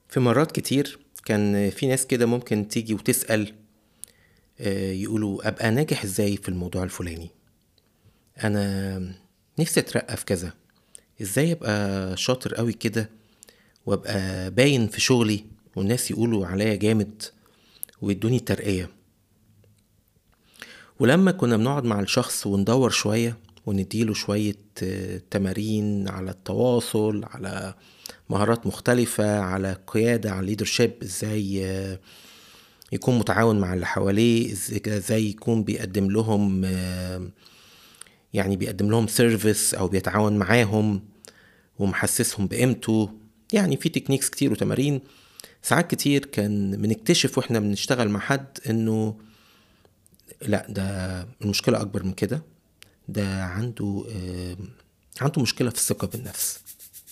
في مرات كتير كان في ناس كده ممكن تيجي وتسأل، يقولوا أبقى ناجح إزاي في الموضوع الفلاني. أنا نفسي أترقى في كذا، إزاي أبقى شاطر قوي كده وأبقى باين في شغلي والناس يقولوا عليا جامد ويدوني ترقية. ولما كنا بنقعد مع الشخص وندور شوية ونديله شوية تمارين على التواصل، على مهارات مختلفة، على قيادة، على leadership، ازاي يكون متعاون مع اللي حواليه، ازاي يكون بيقدم لهم يعني بيقدم لهم سيرفيس او بيتعاون معاهم ومحسسهم بقيمته. يعني في تكنيكس كتير وتمارين. ساعات كتير كان بنكتشف واحنا بنشتغل مع حد انه لا، ده المشكلة اكبر من كده، ده عنده مشكلة في الثقة بالنفس.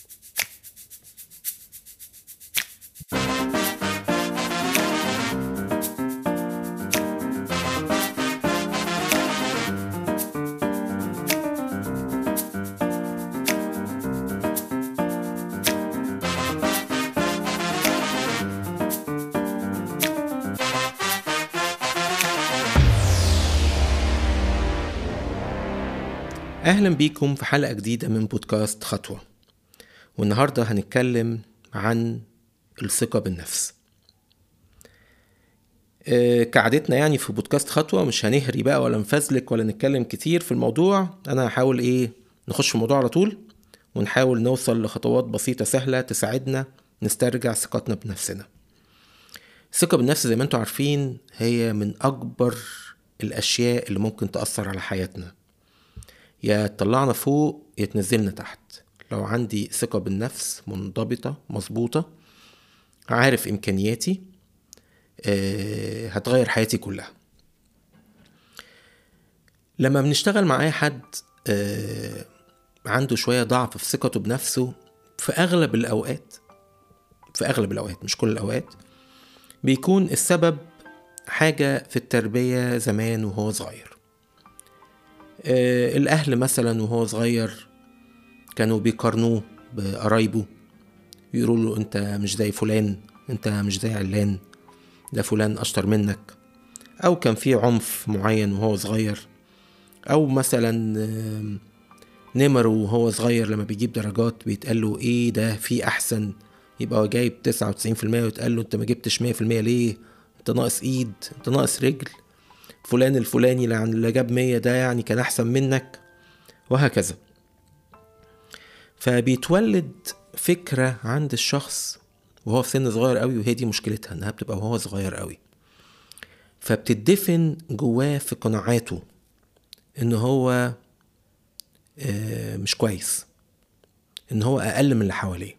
اهلا بيكم في حلقة جديدة من بودكاست خطوة. والنهاردة هنتكلم عن الثقة بالنفس. كعادتنا يعني في بودكاست خطوة مش هنهري بقى ولا نفزلك ولا نتكلم كتير في الموضوع. انا هحاول نخش في الموضوع على طول ونحاول نوصل لخطوات بسيطة سهلة تساعدنا نسترجع ثقتنا بنفسنا. الثقة بالنفس زي ما انتم عارفين هي من اكبر الاشياء اللي ممكن تأثر على حياتنا، يا تطلعنا فوق يا تنزلنا تحت. لو عندي ثقة بالنفس منضبطة مظبوطة، عارف إمكانياتي، هتغير حياتي كلها. لما بنشتغل مع أي حد عنده شوية ضعف في ثقته بنفسه، في أغلب الأوقات مش كل الأوقات، بيكون السبب حاجة في التربية زمان وهو صغير. الأهل مثلا وهو صغير كانوا بيقارنوه بقرايبه، يقولوا له انت مش زي فلان، انت مش زي علان، ده فلان اشطر منك. او كان في عنف معين وهو صغير، او مثلا نمره وهو صغير لما بيجيب درجات بيتقال له ايه ده، في احسن، يبقى هو جايب 99% ويتقال له انت ما جبتش 100%، ليه؟ انت ناقص ايد، انت ناقص رجل، فلان الفلاني اللي جاب 100 ده يعني كان احسن منك، وهكذا. فبيتولد فكرة عند الشخص وهو في سن صغير قوي، وهي دي مشكلتها انها بتبقى وهو صغير قوي، فبتدفن جواه في قناعاته ان هو مش كويس، ان هو اقل من اللي حواليه.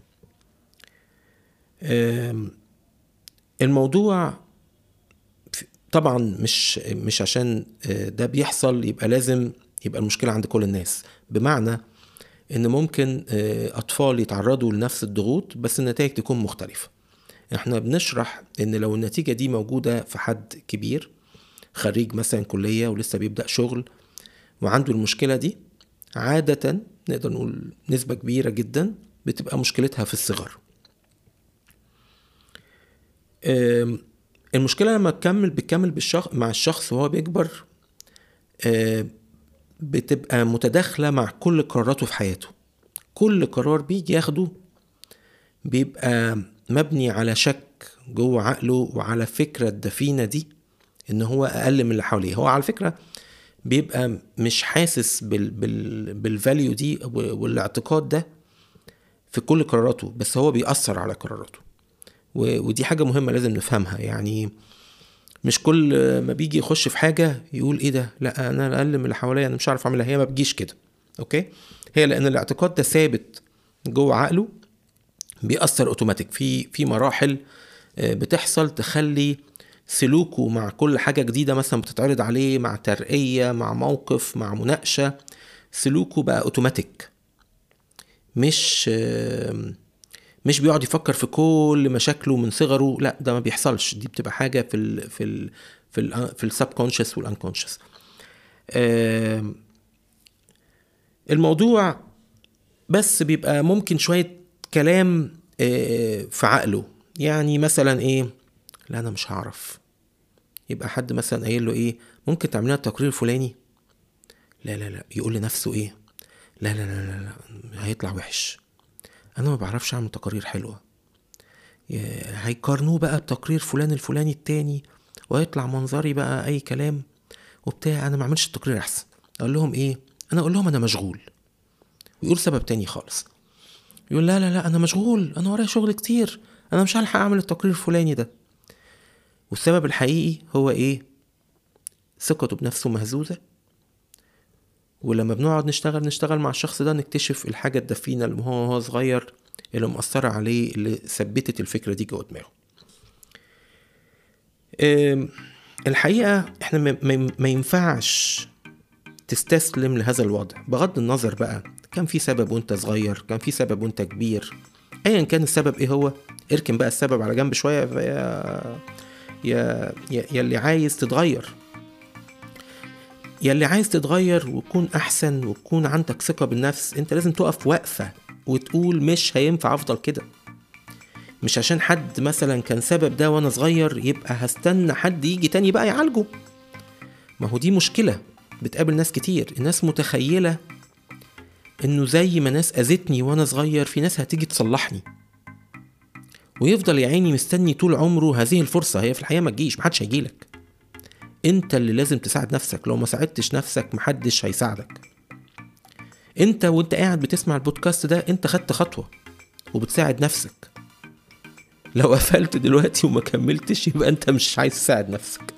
الموضوع طبعا مش عشان ده بيحصل يبقى لازم يبقى المشكلة عند كل الناس، بمعنى ان ممكن اطفال يتعرضوا لنفس الضغوط بس النتائج تكون مختلفة. احنا بنشرح ان لو النتيجة دي موجودة في حد كبير خريج مثلا كلية ولسه بيبدأ شغل وعنده المشكلة دي، عادة نقدر نقول نسبة كبيرة جدا بتبقى مشكلتها في الصغر. المشكلة لما بتكمل مع الشخص وهو بيكبر، بتبقى متداخلة مع كل قراراته في حياته. كل قرار بيجي ياخده بيبقى مبني على شك جوه عقله وعلى فكرة الدفينة دي ان هو اقل من اللي حواليه. هو على فكرة بيبقى مش حاسس بالفاليو دي والاعتقاد ده في كل قراراته، بس هو بيأثر على قراراته. ودي حاجة مهمة لازم نفهمها. يعني مش كل ما بيجي يخش في حاجة يقول ايه ده، لا انا اقل من اللي حواليا، انا مش عارف اعملها. هي ما بتجيش كده، اوكي؟ هي لان الاعتقاد ده ثابت جوه عقله، بيأثر اوتوماتيك في مراحل بتحصل تخلي سلوكه مع كل حاجة جديدة مثلا بتتعرض عليه، مع ترقية، مع موقف، مع مناقشة، سلوكه بقى اوتوماتيك. مش بيقعد يفكر في كل مشاكله من صغره، لا ده ما بيحصلش. دي بتبقى حاجة في السبكونشس والانكونشس. الموضوع بس بيبقى ممكن شوية كلام في عقله. يعني مثلا ايه، لا انا مش هعرف. يبقى حد مثلا قايل له ايه، ممكن تعملنا التقرير الفلاني، لا لا لا، يقول لنفسه ايه، لا لا لا لا, لا. هيطلع وحش، انا ما بعرفش اعمل تقارير حلوة. هيقارنوه بقى بتقرير فلان الفلاني التاني، ويطلع منظري بقى اي كلام وبتاع، انا ما اعملش التقرير احسن. اقول لهم ايه، انا اقول لهم انا مشغول، ويقول سبب تاني خالص، يقول لا لا لا انا مشغول، انا ورايا شغل كتير، انا مش هلحق اعمل التقرير الفلاني ده. والسبب الحقيقي هو ايه، ثقته بنفسه مهزوزة. ولما بنقعد نشتغل مع الشخص ده، نكتشف الحاجة الدفينة اللي هو صغير اللي مؤثرة عليه، اللي ثبتت الفكرة دي جوه دماغه. الحقيقة احنا ما ينفعش تستسلم لهذا الوضع، بغض النظر بقى كان في سبب وانت صغير، كان في سبب وانت كبير، ايا كان السبب ايه هو، اركن بقى السبب على جنب شوية يا اللي عايز تتغير، يا اللي عايز تتغير وتكون احسن وتكون عندك ثقة بالنفس. انت لازم تقف وقفة وتقول مش هينفع افضل كده. مش عشان حد مثلا كان سبب ده وانا صغير يبقى هستنى حد يجي تاني بقى يعالجه. ما هو دي مشكلة بتقابل ناس كتير، الناس متخيلة انه زي ما ناس اذتني وانا صغير، في ناس هتيجي تصلحني، ويفضل يا عيني مستني طول عمره هذه الفرصة. هي في الحقيقة ما تجيش، محدش هيجيلك، انت اللي لازم تساعد نفسك. لو ما ساعدتش نفسك محدش هيساعدك. انت وانت قاعد بتسمع البودكاست ده، انت خدت خطوة وبتساعد نفسك. لو قفلت دلوقتي وما كملتش يبقى انت مش عايز تساعد نفسك.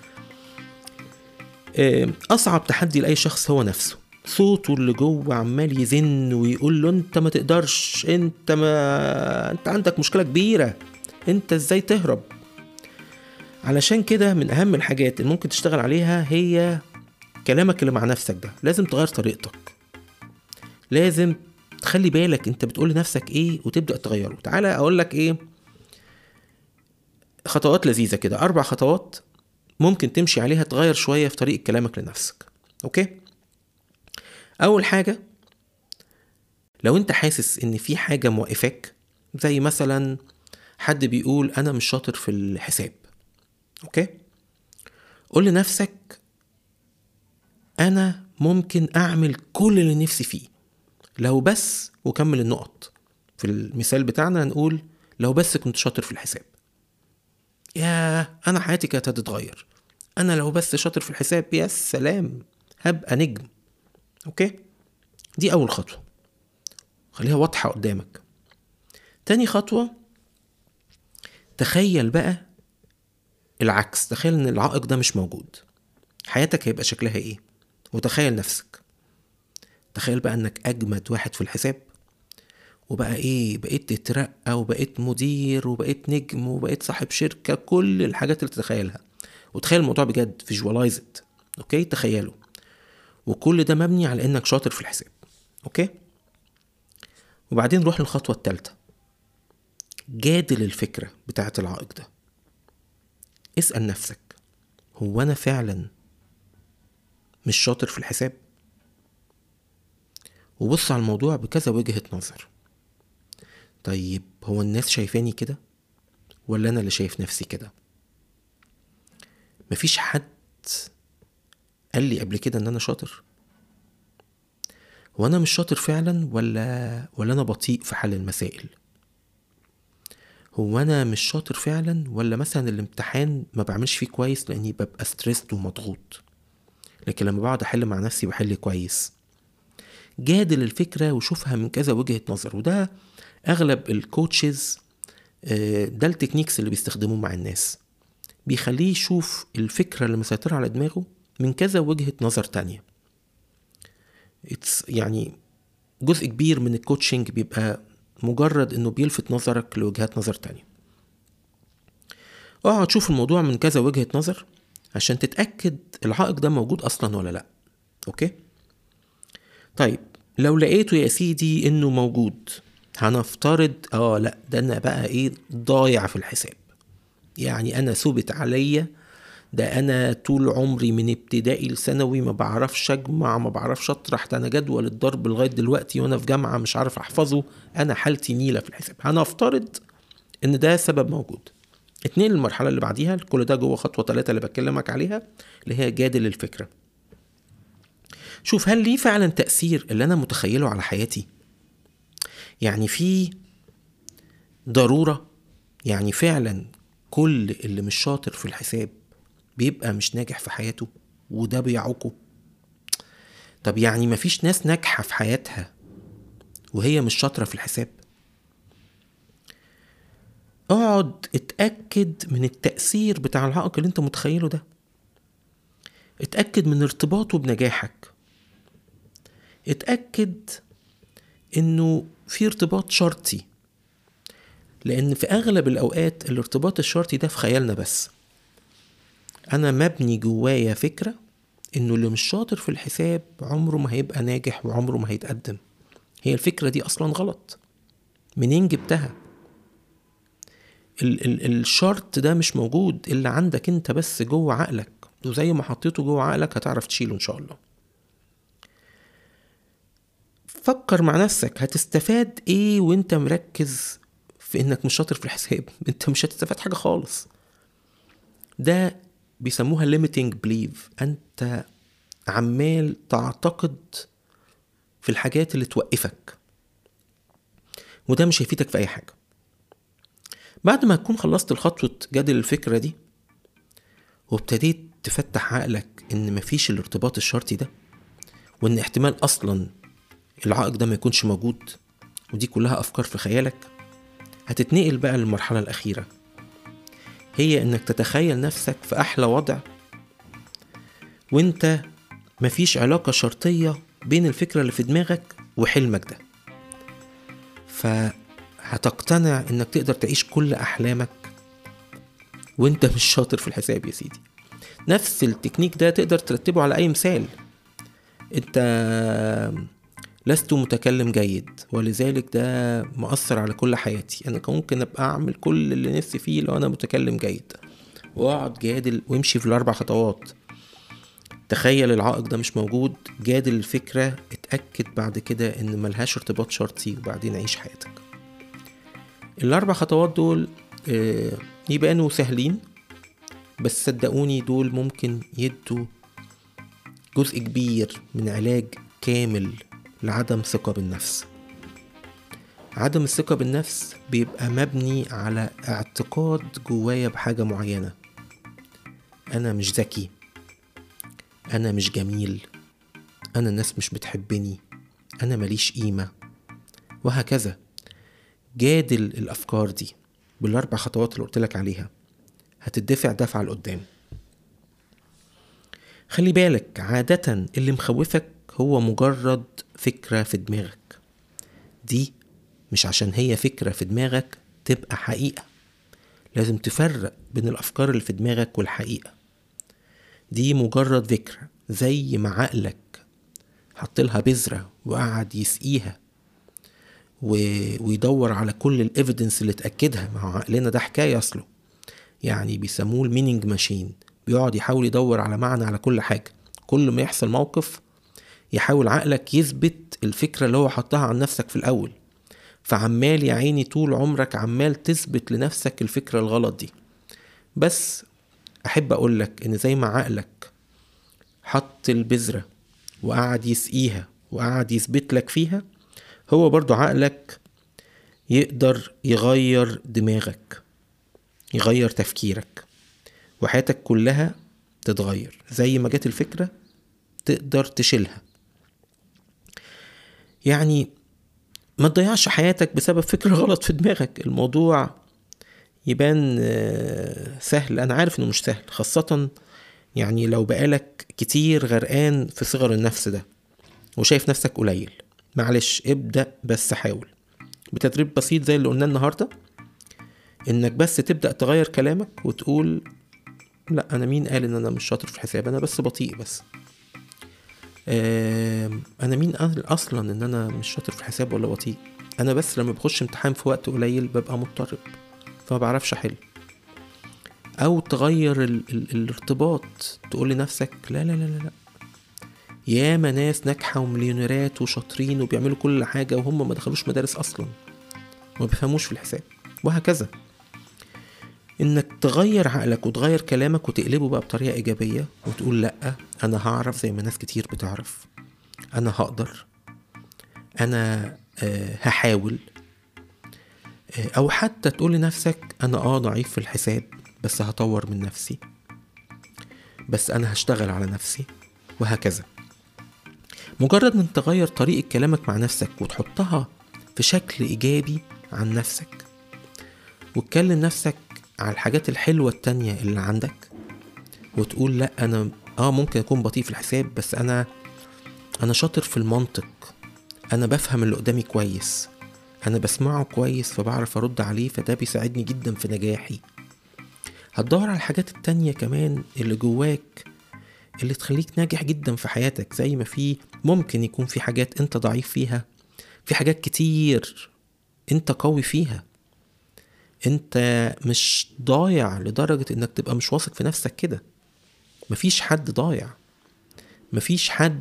اصعب تحدي لاي شخص هو نفسه، صوته اللي جوه عمال يزن ويقول له انت ما تقدرش، انت عندك مشكلة كبيرة، انت ازاي تهرب. علشان كده من اهم الحاجات اللي ممكن تشتغل عليها هي كلامك اللي مع نفسك ده. لازم تغير طريقتك، لازم تخلي بالك انت بتقول لنفسك ايه وتبدأ تغيره. تعالى اقول لك ايه، خطوات لذيذة كده، 4 خطوات ممكن تمشي عليها تغير شوية في طريقة كلامك لنفسك. اوكي، اول حاجة، لو انت حاسس ان في حاجة موقفاك، زي مثلا حد بيقول انا مش شاطر في الحساب، اوكي، قول لنفسك انا ممكن اعمل كل اللي نفسي فيه لو بس، وكمل النقط. في المثال بتاعنا هنقول لو بس كنت شاطر في الحساب، يا انا حياتي كانت هتتغير، انا لو بس شاطر في الحساب يا سلام هبقى نجم. اوكي، دي اول خطوة، خليها واضحة قدامك. تاني خطوة، تخيل بقى العكس، تخيل ان العائق ده مش موجود، حياتك هيبقى شكلها ايه. وتخيل نفسك، تخيل بقى انك اجمد واحد في الحساب، وبقى ايه، بقيت تترقى وبقيت مدير وبقيت نجم وبقيت صاحب شركة، كل الحاجات اللي تتخيلها. وتخيل الموضوع بجد، visualize it. اوكي، تخيله، وكل ده مبني على انك شاطر في الحساب. اوكي، وبعدين روح للخطوة الثالثة، جادل الفكرة بتاعة العائق ده. اسأل نفسك، هو انا فعلا مش شاطر في الحساب؟ وبص على الموضوع بكذا وجهة نظر. طيب هو الناس شايفاني كده ولا انا اللي شايف نفسي كده؟ مفيش حد قال لي قبل كده ان انا شاطر؟ هو انا مش شاطر فعلا ولا انا بطيء في حل المسائل؟ هو انا مش شاطر فعلا ولا مثلا الامتحان ما بعملش فيه كويس لاني ببقى ستريسد ومضغوط، لكن لما بقعد احل مع نفسي بحل كويس؟ جادل الفكرة وشوفها من كذا وجهة نظر. وده اغلب الكوتشز، ده التكنيكس اللي بيستخدموه مع الناس، بيخليه يشوف الفكرة اللي مسيطرة على دماغه من كذا وجهة نظر تانية. يعني جزء كبير من الكوتشنج بيبقى مجرد انه بيلفت نظرك لوجهات نظر تانية. اقعد تشوف الموضوع من كذا وجهة نظر عشان تتأكد العائق ده موجود اصلا ولا لا. اوكي، طيب لو لقيته يا سيدي انه موجود، هنفترض لا ده انا بقى ايه، ضايع في الحساب، يعني انا ثبت عليا ده انا طول عمري من ابتدائي لثانوي ما بعرفش اجمع، ما بعرفش اطرح، ده انا جدول الضرب لغايه دلوقتي وانا في جامعه مش عارف احفظه، انا حالتي نيله في الحساب. هنفترض ان ده سبب موجود. 2، المرحله اللي بعديها، كل ده جوه خطوه 3 اللي بكلمك عليها، اللي هي جادل الفكره. شوف هل ليه فعلا تأثير اللي انا متخيله على حياتي؟ يعني في ضرورة، يعني فعلا كل اللي مش شاطر في الحساب بيبقى مش ناجح في حياته وده بيعوقه؟ طب يعني مفيش ناس ناجحة في حياتها وهي مش شاطرة في الحساب؟ اقعد اتأكد من التأثير بتاع العائق اللي انت متخيله ده، اتأكد من ارتباطه بنجاحك، اتأكد انه في ارتباط شرطي، لان في اغلب الاوقات الارتباط الشرطي ده في خيالنا بس. انا مبني جوايا فكرة انه اللي مش شاطر في الحساب عمره ما هيبقى ناجح وعمره ما هيتقدم. هي الفكرة دي اصلا غلط. منين جبتها؟ الشرط ده مش موجود الا عندك انت بس جوه عقلك، وزي ما حطيته جوه عقلك هتعرف تشيله ان شاء الله. فكر مع نفسك، هتستفاد ايه وانت مركز في انك مش شاطر في الحساب؟ انت مش هتستفاد حاجة خالص. ده بيسموها limiting belief. انت عمال تعتقد في الحاجات اللي توقفك، وده مش هيفيدك في اي حاجة. بعد ما تكون خلصت الخطوة جدل الفكرة دي وابتديت تفتح عقلك ان مفيش الارتباط الشرطي ده، وان احتمال اصلا العائق ده ما يكونش موجود، ودي كلها افكار في خيالك، هتتنقل بقى للمرحلة الاخيرة، هي انك تتخيل نفسك في احلى وضع وانت مفيش علاقة شرطية بين الفكرة اللي في دماغك وحلمك ده. فهتقتنع انك تقدر تعيش كل احلامك وانت مش شاطر في الحساب يا سيدي. نفس التكنيك ده تقدر ترتبه على اي مثال. انت لست متكلم جيد ولذلك ده مؤثر على كل حياتي. انا كان ممكن ابقى اعمل كل اللي نفسي فيه لو انا متكلم جيد. واقعد جادل وامشي في ال4 خطوات. تخيل العائق ده مش موجود، جادل الفكرة، اتأكد بعد كده ان ملهاش ارتباط شرطي، وبعدين عيش حياتك. ال4 خطوات دول يبانوا سهلين، بس صدقوني دول ممكن يدوا جزء كبير من علاج كامل لعدم ثقة بالنفس. عدم الثقة بالنفس بيبقى مبني على اعتقاد جوايا بحاجة معينة: أنا مش ذكي، أنا مش جميل، أنا الناس مش بتحبني، أنا ماليش قيمة، وهكذا. جادل الأفكار دي بال4 خطوات اللي قلتلك عليها، هتدفع دفعة لقدام. خلي بالك، عادة اللي مخوفك هو مجرد فكرة في دماغك. دي مش عشان هي فكرة في دماغك تبقى حقيقة. لازم تفرق بين الأفكار اللي في دماغك والحقيقة. دي مجرد فكرة، زي ما عقلك حطلها بذرة وقعد يسقيها ويدور على كل الإيفيدنس اللي تأكدها. ما هو عقلنا ده حكاية أصله، يعني بيسموه المينينج ماشين. بيقعد يحاول يدور على معنى على كل حاجة. كل ما يحصل موقف يحاول عقلك يثبت الفكرة اللي هو حطها عن نفسك في الأول. فعمال يا عيني طول عمرك عمال تثبت لنفسك الفكرة الغلط دي. بس أحب أقولك إن زي ما عقلك حط البذرة وقعد يسقيها وقعد يثبت لك فيها، هو برضو عقلك يقدر يغير دماغك، يغير تفكيرك، وحياتك كلها تتغير. زي ما جت الفكرة تقدر تشيلها. يعني ما تضيعش حياتك بسبب فكرة غلط في دماغك. الموضوع يبان سهل، أنا عارف إنه مش سهل، خاصة يعني لو بقالك كتير غرقان في صغر النفس ده وشايف نفسك قليل. معلش ابدأ، بس حاول بتدريب بسيط زي اللي قلنا النهاردة، إنك بس تبدأ تغير كلامك وتقول: لا، أنا مين قال إن أنا مش شاطر في الحساب؟ أنا بس بطيء. بس أنا مين قال أصلا إن أنا مش شاطر في الحساب ولا بطيء؟ أنا بس لما بخش امتحان في وقت قليل ببقى مضطرب فما بعرفش أحل. او تغير الارتباط، تقول لنفسك لا لا لا لا لا، ياما ناس ناجحة ومليونيرات وشاطرين وبيعملوا كل حاجة وهم ما دخلوش مدارس اصلا، ما بيفهموش في الحساب، وهكذا. انك تغير عقلك وتغير كلامك وتقلبه بقى بطريقة ايجابية، وتقول لا انا هعرف زي ما ناس كتير بتعرف، انا هقدر، انا هحاول. او حتى تقول لنفسك انا ضعيف في الحساب بس هطور من نفسي، بس انا هشتغل على نفسي، وهكذا. مجرد من تغير طريقة كلامك مع نفسك وتحطها في شكل ايجابي عن نفسك، وتكلم نفسك على الحاجات الحلوة التانية اللي عندك، وتقول لا انا ممكن اكون بطيء في الحساب بس انا شاطر في المنطق، انا بفهم اللي قدامي كويس، انا بسمعه كويس فبعرف ارد عليه، فده بيساعدني جدا في نجاحي. هتدور على الحاجات التانية كمان اللي جواك اللي تخليك ناجح جدا في حياتك. زي ما في ممكن يكون في حاجات انت ضعيف فيها، في حاجات كتير انت قوي فيها. انت مش ضايع لدرجة انك تبقى مش واثق في نفسك كده. مفيش حد ضايع، مفيش حد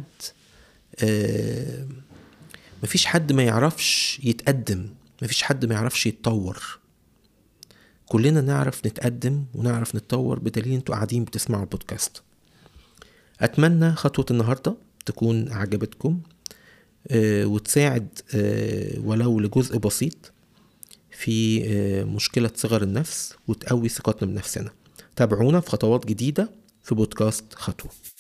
مفيش حد ما يعرفش يتقدم، مفيش حد ما يعرفش يتطور. كلنا نعرف نتقدم ونعرف نتطور، بدليل انتوا قاعدين بتسمعوا البودكاست. اتمنى خطوة النهاردة تكون عجبتكم وتساعد ولو لجزء بسيط في مشكلة صغر النفس، وتقوي ثقتنا بنفسنا. تابعونا في خطوات جديدة في بودكاست خطوة.